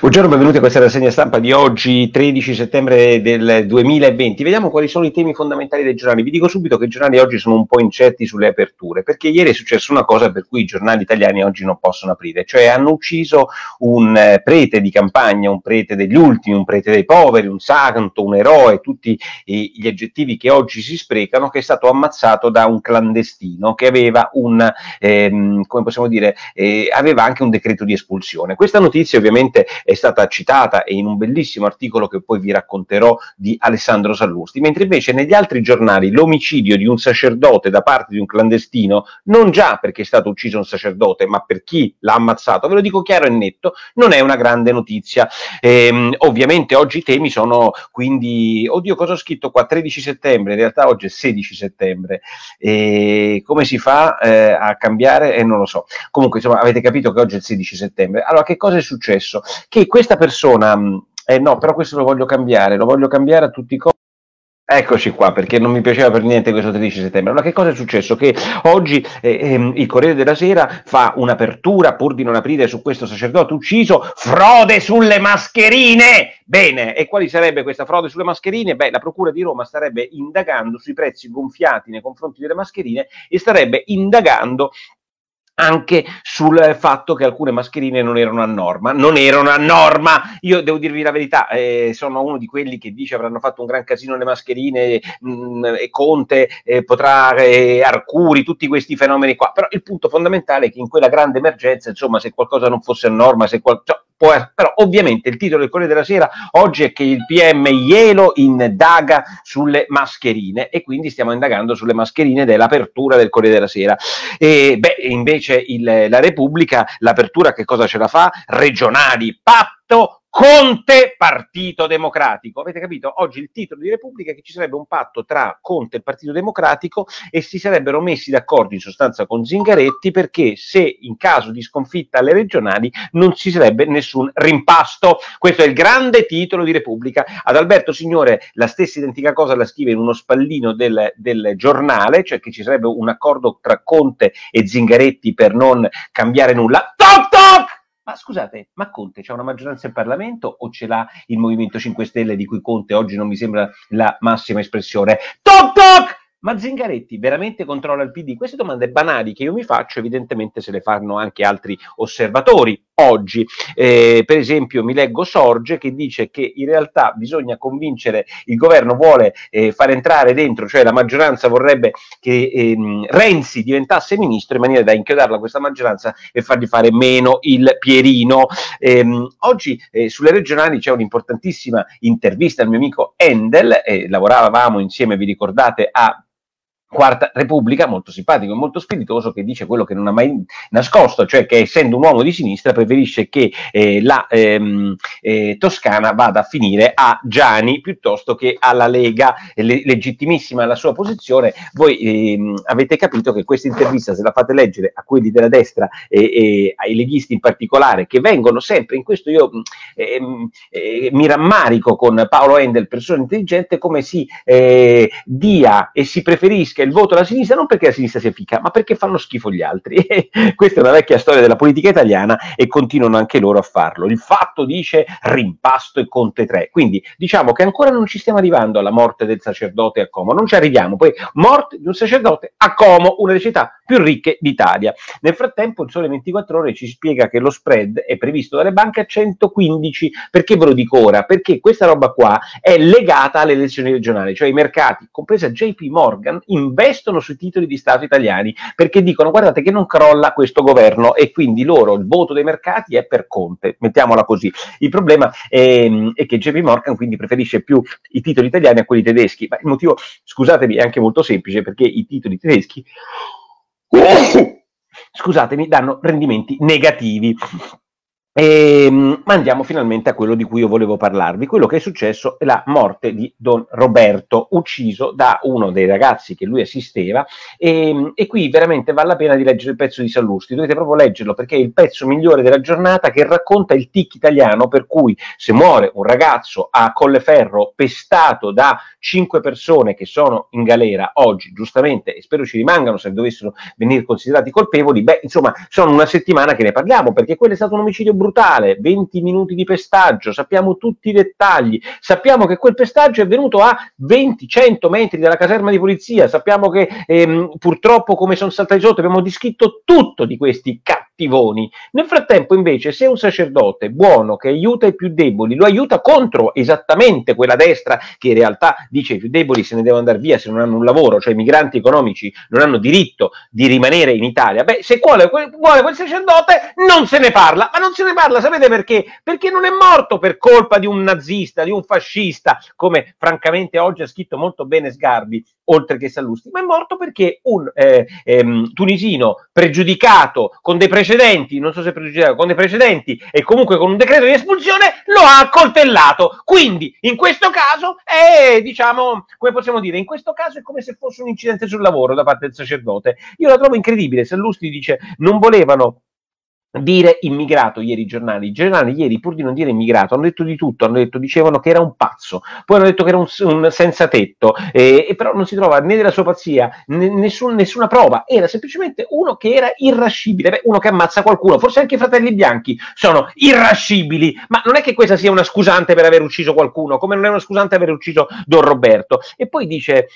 Buongiorno, benvenuti a questa rassegna stampa di oggi, 13 settembre del 2020. Vediamo quali sono i temi fondamentali dei giornali. Vi dico subito che i giornali oggi sono un po' incerti sulle aperture, perché ieri è successa una cosa per cui i giornali italiani oggi non possono aprire, cioè hanno ucciso un prete di campagna, un prete degli ultimi, un prete dei poveri, un santo, un eroe, tutti gli aggettivi che oggi si sprecano, che è stato ammazzato da un clandestino che aveva come possiamo dire, aveva anche un decreto di espulsione. Questa notizia ovviamente è stata citata e in un bellissimo articolo che poi vi racconterò di Alessandro Sallusti, mentre invece negli altri giornali l'omicidio di un sacerdote da parte di un clandestino, non già perché è stato ucciso un sacerdote, ma per chi l'ha ammazzato, ve lo dico chiaro e netto, non è una grande notizia. Ovviamente oggi i temi sono quindi, oddio cosa ho scritto qua, 13 settembre, in realtà oggi è 16 settembre, come si fa a cambiare? Non lo so. Comunque insomma avete capito che oggi è il 16 settembre. Allora che cosa è successo? Che questa persona, no, però questo lo voglio cambiare a tutti i costi. Eccoci qua, perché non mi piaceva per niente questo 13 settembre. Allora, che cosa è successo? Che oggi il Corriere della Sera fa un'apertura, pur di non aprire su questo sacerdote ucciso, frode sulle mascherine! Bene, e quali sarebbe questa frode sulle mascherine? Beh, la Procura di Roma starebbe indagando sui prezzi gonfiati nei confronti delle mascherine e starebbe indagando anche sul fatto che alcune mascherine non erano a norma. Non erano a norma! Io devo dirvi la verità, sono uno di quelli che dice avranno fatto un gran casino le mascherine, e Conte potrà, Arcuri, tutti questi fenomeni qua, però il punto fondamentale è che in quella grande emergenza, insomma, se qualcosa non fosse a norma, però ovviamente il titolo del Corriere della Sera oggi è che il PM Ielo indaga sulle mascherine e quindi stiamo indagando sulle mascherine dell'apertura del Corriere della Sera. Invece la Repubblica, l'apertura che cosa ce la fa? Regionali, patto Conte Partito Democratico. Avete capito? Oggi il titolo di Repubblica è che ci sarebbe un patto tra Conte e il Partito Democratico e si sarebbero messi d'accordo in sostanza con Zingaretti perché se in caso di sconfitta alle regionali non ci sarebbe nessun rimpasto. Questo è il grande titolo di Repubblica. Ad Alberto Signore la stessa identica cosa la scrive in uno spallino del giornale, cioè che ci sarebbe un accordo tra Conte e Zingaretti per non cambiare nulla. Toc toc! Ma scusate, ma Conte c'ha una maggioranza in Parlamento o ce l'ha il Movimento 5 Stelle di cui Conte oggi non mi sembra la massima espressione? Toc toc! Ma Zingaretti veramente controlla il PD? Queste domande banali che io mi faccio, evidentemente se le fanno anche altri osservatori oggi. Per esempio mi leggo Sorge che dice che in realtà bisogna convincere, il governo vuole far entrare dentro, cioè la maggioranza vorrebbe che Renzi diventasse ministro in maniera da inchiodarla questa maggioranza e fargli fare meno il Pierino. Oggi sulle regionali c'è un'importantissima intervista al mio amico Endel, lavoravamo insieme, vi ricordate, a Quarta Repubblica, molto simpatico e molto spiritoso, che dice quello che non ha mai nascosto, cioè che essendo un uomo di sinistra preferisce che la Toscana vada a finire a Gianni piuttosto che alla Lega. Legittimissima la sua posizione. Voi avete capito che questa intervista, se la fate leggere a quelli della destra e ai leghisti in particolare, che vengono sempre in questo, io mi rammarico con Paolo Endel, persona intelligente, come si dia e si preferisca il voto alla sinistra non perché la sinistra sia fica, ma perché fanno schifo gli altri. Questa è una vecchia storia della politica italiana e continuano anche loro a farlo. Il Fatto dice rimpasto e Conte 3. Quindi diciamo che ancora non ci stiamo arrivando alla morte del sacerdote a Como, non ci arriviamo. Poi morte di un sacerdote a Como, una delle città più ricche d'Italia. Nel frattempo il Sole 24 Ore ci spiega che lo spread è previsto dalle banche a 115. Perché ve lo dico ora? Perché questa roba qua è legata alle elezioni regionali, cioè i mercati, compresa JP Morgan, investono sui titoli di Stato italiani perché dicono guardate che non crolla questo governo e quindi loro il voto dei mercati è per Conte, mettiamola così. Il problema è che JP Morgan quindi preferisce più i titoli italiani a quelli tedeschi, ma il motivo, scusatemi, è anche molto semplice, perché i titoli tedeschi scusatemi, danno rendimenti negativi. Ma andiamo finalmente a quello di cui io volevo parlarvi. Quello che è successo è la morte di Don Roberto, ucciso da uno dei ragazzi che lui assisteva, e qui veramente vale la pena di leggere il pezzo di Sallusti. Dovete proprio leggerlo perché è il pezzo migliore della giornata, che racconta il tic italiano per cui se muore un ragazzo a Colleferro pestato da 5 persone che sono in galera oggi, giustamente, e spero ci rimangano se dovessero venire considerati colpevoli, insomma sono una settimana che ne parliamo, perché quello è stato un omicidio brutale. brutale, 20 minuti di pestaggio, sappiamo tutti i dettagli, sappiamo che quel pestaggio è venuto a 20-100 metri dalla caserma di polizia, sappiamo che purtroppo come sono saltati sotto, abbiamo descritto tutto di questi cattivoni. Nel frattempo invece se un sacerdote buono che aiuta i più deboli, lo aiuta contro esattamente quella destra che in realtà dice i più deboli se ne devono andare via se non hanno un lavoro, cioè i migranti economici non hanno diritto di rimanere in Italia, beh se vuole quel sacerdote non se ne parla, ma non se ne parla, sapete perché? Perché non è morto per colpa di un nazista, di un fascista, come francamente oggi ha scritto molto bene Sgarbi, oltre che Sallusti, ma è morto perché un tunisino pregiudicato con dei precedenti, non so se pregiudicato, con dei precedenti e comunque con un decreto di espulsione lo ha accoltellato. Quindi in questo caso è, diciamo, come possiamo dire, in questo caso è come se fosse un incidente sul lavoro da parte del sacerdote. Io la trovo incredibile. Sallusti dice non volevano dire immigrato ieri i giornali ieri pur di non dire immigrato hanno detto di tutto, dicevano che era un pazzo, poi hanno detto che era un senza tetto, e però non si trova né della sua pazzia nessuna prova, era semplicemente uno che era irascibile, uno che ammazza qualcuno, forse anche i fratelli bianchi sono irascibili, ma non è che questa sia una scusante per aver ucciso qualcuno, come non è una scusante aver ucciso Don Roberto. E poi dice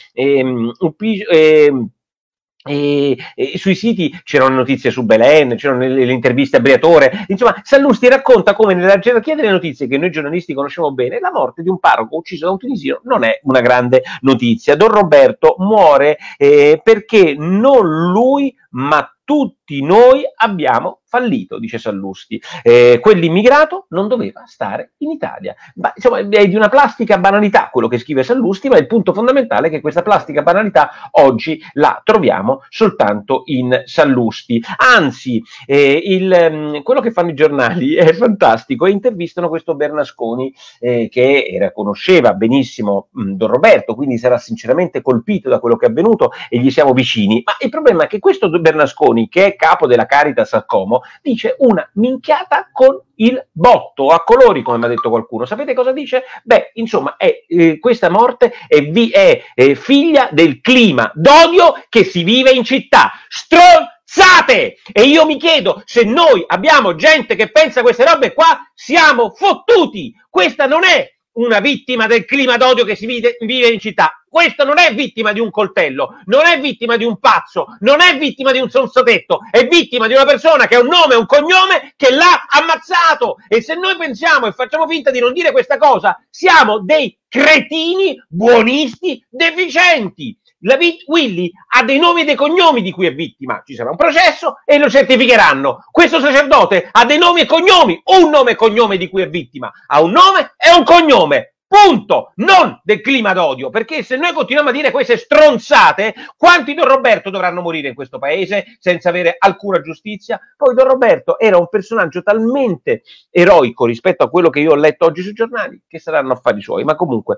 sui siti c'erano notizie su Belen, c'erano le interviste a Briatore, insomma Sallusti racconta come nella gerarchia delle notizie che noi giornalisti conosciamo bene la morte di un parroco ucciso da un tunisino non è una grande notizia. Don Roberto muore perché non lui ma tutti noi abbiamo fallito, dice Sallusti. Quell'immigrato non doveva stare in Italia. Ma, insomma, è di una plastica banalità quello che scrive Sallusti, ma il punto fondamentale è che questa plastica banalità oggi la troviamo soltanto in Sallusti. Anzi, quello che fanno i giornali è fantastico, e intervistano questo Bernasconi che conosceva benissimo Don Roberto, quindi sarà sinceramente colpito da quello che è avvenuto e gli siamo vicini. Ma il problema è che questo Bernasconi, che è capo della Caritas a Como, dice una minchiata con il botto, a colori, come mi ha detto qualcuno. Sapete cosa dice? Beh, insomma, questa morte è figlia del clima d'odio che si vive in città. Stronzate! E io mi chiedo, se noi abbiamo gente che pensa queste robe qua, siamo fottuti! Questa non è una vittima del clima d'odio che si vive in città. Questo non è vittima di un coltello, non è vittima di un pazzo, non è vittima di un sonsotetto, è vittima di una persona che ha un nome e un cognome che l'ha ammazzato. E se noi pensiamo e facciamo finta di non dire questa cosa, siamo dei cretini, buonisti, deficienti. Willy ha dei nomi e dei cognomi di cui è vittima, ci sarà un processo e lo certificheranno. Questo sacerdote ha dei nomi e cognomi, un nome e cognome di cui è vittima, ha un nome e un cognome. Punto, non del clima d'odio, perché se noi continuiamo a dire queste stronzate, quanti Don Roberto dovranno morire in questo paese senza avere alcuna giustizia? Poi Don Roberto era un personaggio talmente eroico rispetto a quello che io ho letto oggi sui giornali che saranno affari suoi, ma comunque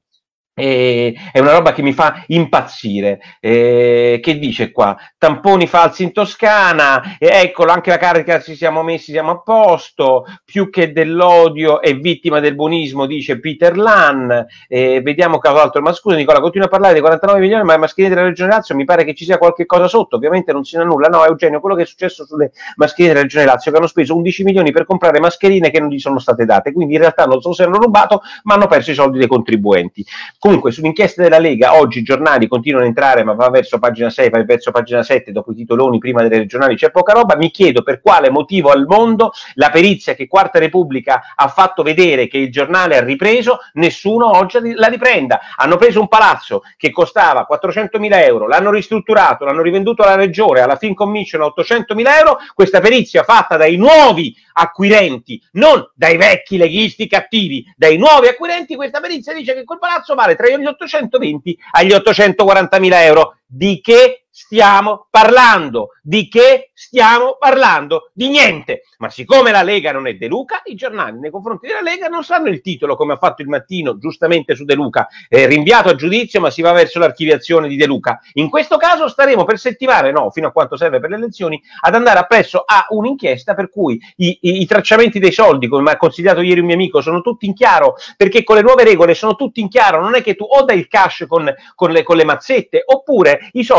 è una roba che mi fa impazzire. Che dice qua? Tamponi falsi in Toscana, eccolo, anche la carica ci siamo messi, siamo a posto, più che dell'odio è vittima del buonismo, dice Peter Lan. Vediamo cos'altro, ma scusa Nicola, continua a parlare dei 49 milioni, ma le mascherine della Regione Lazio mi pare che ci sia qualche cosa sotto, ovviamente non si sa nulla. No Eugenio, quello che è successo sulle mascherine della Regione Lazio, che hanno speso 11 milioni per comprare mascherine che non gli sono state date, quindi in realtà non so se hanno rubato, ma hanno perso i soldi dei contribuenti. Comunque, sull'inchiesta della Lega, oggi i giornali continuano a entrare, ma va verso pagina 6, va verso pagina 7, dopo i titoloni, prima delle regionali c'è poca roba. Mi chiedo per quale motivo al mondo la perizia che Quarta Repubblica ha fatto vedere che il giornale ha ripreso, nessuno oggi la riprenda. Hanno preso un palazzo che costava 400.000 euro, l'hanno ristrutturato, l'hanno rivenduto alla regione, alla Fin Commission a 800.000 euro, questa perizia fatta dai nuovi acquirenti, non dai vecchi leghisti cattivi, dai nuovi acquirenti, questa perizia dice che quel palazzo vale tra gli 820 agli 840.000 euro. Di che stiamo parlando? Di che stiamo parlando? Di niente. Ma siccome la Lega non è De Luca, i giornali nei confronti della Lega non sanno il titolo, come ha fatto il Mattino giustamente su De Luca, rinviato a giudizio ma si va verso l'archiviazione di De Luca. In questo caso staremo per settimane, no, fino a quanto serve per le elezioni, ad andare appresso a un'inchiesta per cui i tracciamenti dei soldi, come mi ha consigliato ieri un mio amico, sono tutti in chiaro, perché con le nuove regole sono tutti in chiaro, non è che tu o dai il cash con le mazzette, oppure i soldi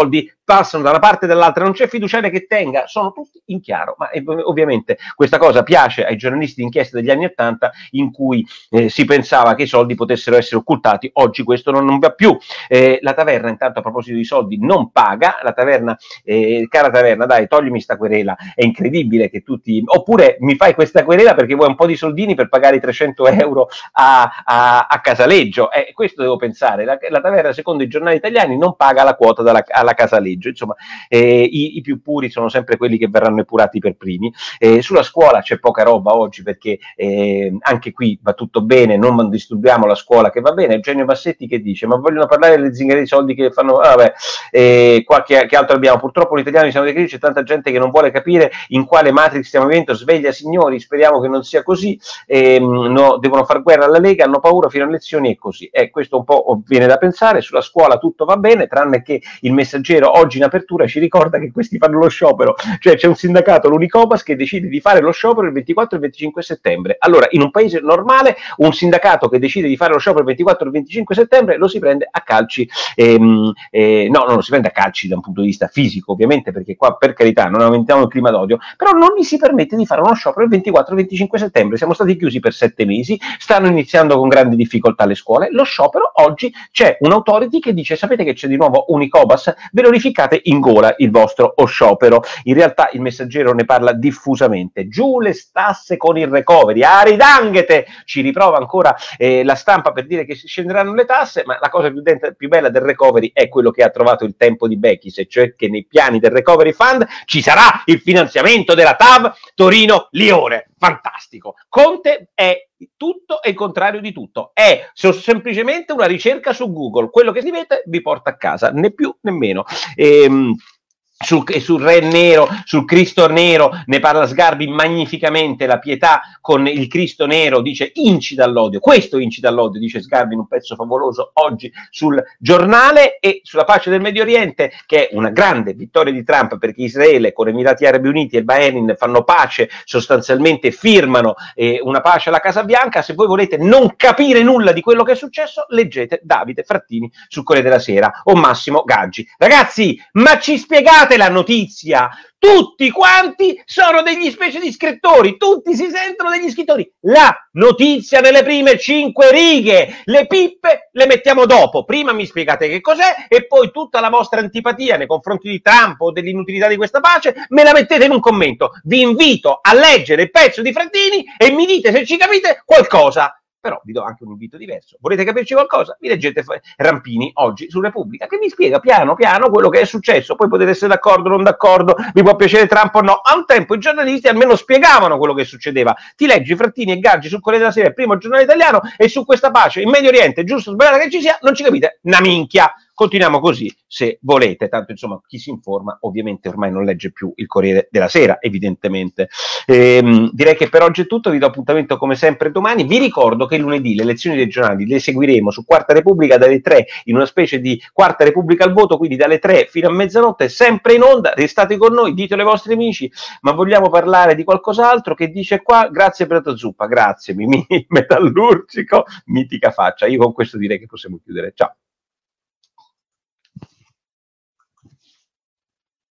passano da una parte e dall'altra, non c'è fiduciaria che tenga, sono tutti in chiaro, ma ovviamente questa cosa piace ai giornalisti di inchiesta degli anni '80 in cui si pensava che i soldi potessero essere occultati, oggi questo non va più. La taverna, intanto, a proposito di soldi, non paga, la taverna, cara taverna, dai, toglimi sta querela, è incredibile che tutti, oppure mi fai questa querela perché vuoi un po' di soldini per pagare i 300 euro a Casaleggio, questo devo pensare, la taverna secondo i giornali italiani non paga la quota alla Casaleggio, insomma i più puri sono sempre quelli che verranno epurati per primi. Sulla scuola c'è poca roba oggi perché anche qui va tutto bene, non disturbiamo la scuola che va bene. Eugenio Bassetti che dice, ma vogliono parlare delle zingare dei soldi che fanno, vabbè, che altro abbiamo? Purtroppo l'italiano siamo dei critici, c'è tanta gente che non vuole capire in quale Matrix stiamo vivendo, sveglia signori, speriamo che non sia così, no, devono far guerra alla Lega, hanno paura fino alle elezioni e così. Questo un po' viene da pensare. Sulla scuola tutto va bene, tranne che il Messaggero oggi in apertura ci ricorda che questi fanno lo sciopero, cioè c'è un sindacato, l'Unicobas, che decide di fare lo sciopero il 24 e il 25 settembre. Allora, in un paese normale, un sindacato che decide di fare lo sciopero il 24 e il 25 settembre lo si prende a calci, no, non lo si prende a calci da un punto di vista fisico, ovviamente, perché qua, per carità, non aumentiamo il clima d'odio, però non gli si permette di fare uno sciopero il 24 e il 25 settembre. Siamo stati chiusi per 7 mesi, stanno iniziando con grandi difficoltà le scuole, lo sciopero oggi c'è un'autority che dice, sapete che c'è di nuovo Unicobas? Verificate in gola il vostro sciopero. In realtà il Messaggero ne parla diffusamente, giù le tasse con il recovery, aridanghete, ci riprova ancora la stampa per dire che si scenderanno le tasse, ma la cosa più bella del recovery è quello che ha trovato il tempo di Bechis, e cioè che nei piani del recovery fund ci sarà il finanziamento della TAV Torino-Lione. Fantastico. Conte è tutto e il contrario di tutto, è semplicemente una ricerca su Google, quello che scrivete vi porta a casa, né più né meno. Sul Re Nero, sul Cristo Nero ne parla Sgarbi magnificamente, la pietà con il Cristo Nero, dice incita all'odio, questo incita all'odio, dice Sgarbi in un pezzo favoloso oggi sul Giornale. E sulla pace del Medio Oriente, che è una grande vittoria di Trump, perché Israele con Emirati Arabi Uniti e Bahrain fanno pace, sostanzialmente firmano una pace alla Casa Bianca. Se voi volete non capire nulla di quello che è successo, leggete Davide Frattini sul Corriere della Sera o Massimo Gaggi. Ragazzi, ma ci spiegate la notizia? Tutti quanti sono degli specie di scrittori, tutti si sentono degli scrittori. La notizia nelle prime 5 righe, le pippe le mettiamo dopo. Prima mi spiegate che cos'è e poi tutta la vostra antipatia nei confronti di Trump o dell'inutilità di questa pace me la mettete in un commento. Vi invito a leggere il pezzo di Frattini e mi dite se ci capite qualcosa. Però vi do anche un invito diverso. Volete capirci qualcosa? Vi leggete Rampini oggi su Repubblica, che vi spiega piano piano quello che è successo. Poi potete essere d'accordo o non d'accordo, vi può piacere Trump o no. A un tempo i giornalisti almeno spiegavano quello che succedeva. Ti leggi Frattini e Gaggi sul Corriere della Sera, il primo giornale italiano, e su questa pace in Medio Oriente, giusto o sbagliata che ci sia, non ci capite una minchia. Continuiamo così se volete, tanto insomma chi si informa ovviamente ormai non legge più il Corriere della Sera, evidentemente. Direi che per oggi è tutto, vi do appuntamento come sempre domani. Vi ricordo che lunedì le elezioni regionali le seguiremo su Quarta Repubblica dalle 3, in una specie di Quarta Repubblica al voto, quindi dalle 3 fino a mezzanotte, sempre in onda. Restate con noi, ditelo ai vostri amici, ma vogliamo parlare di qualcos'altro. Che dice qua? Grazie per la zuppa, grazie Mimì Metallurgico, mitica faccia. Io con questo direi che possiamo chiudere, ciao.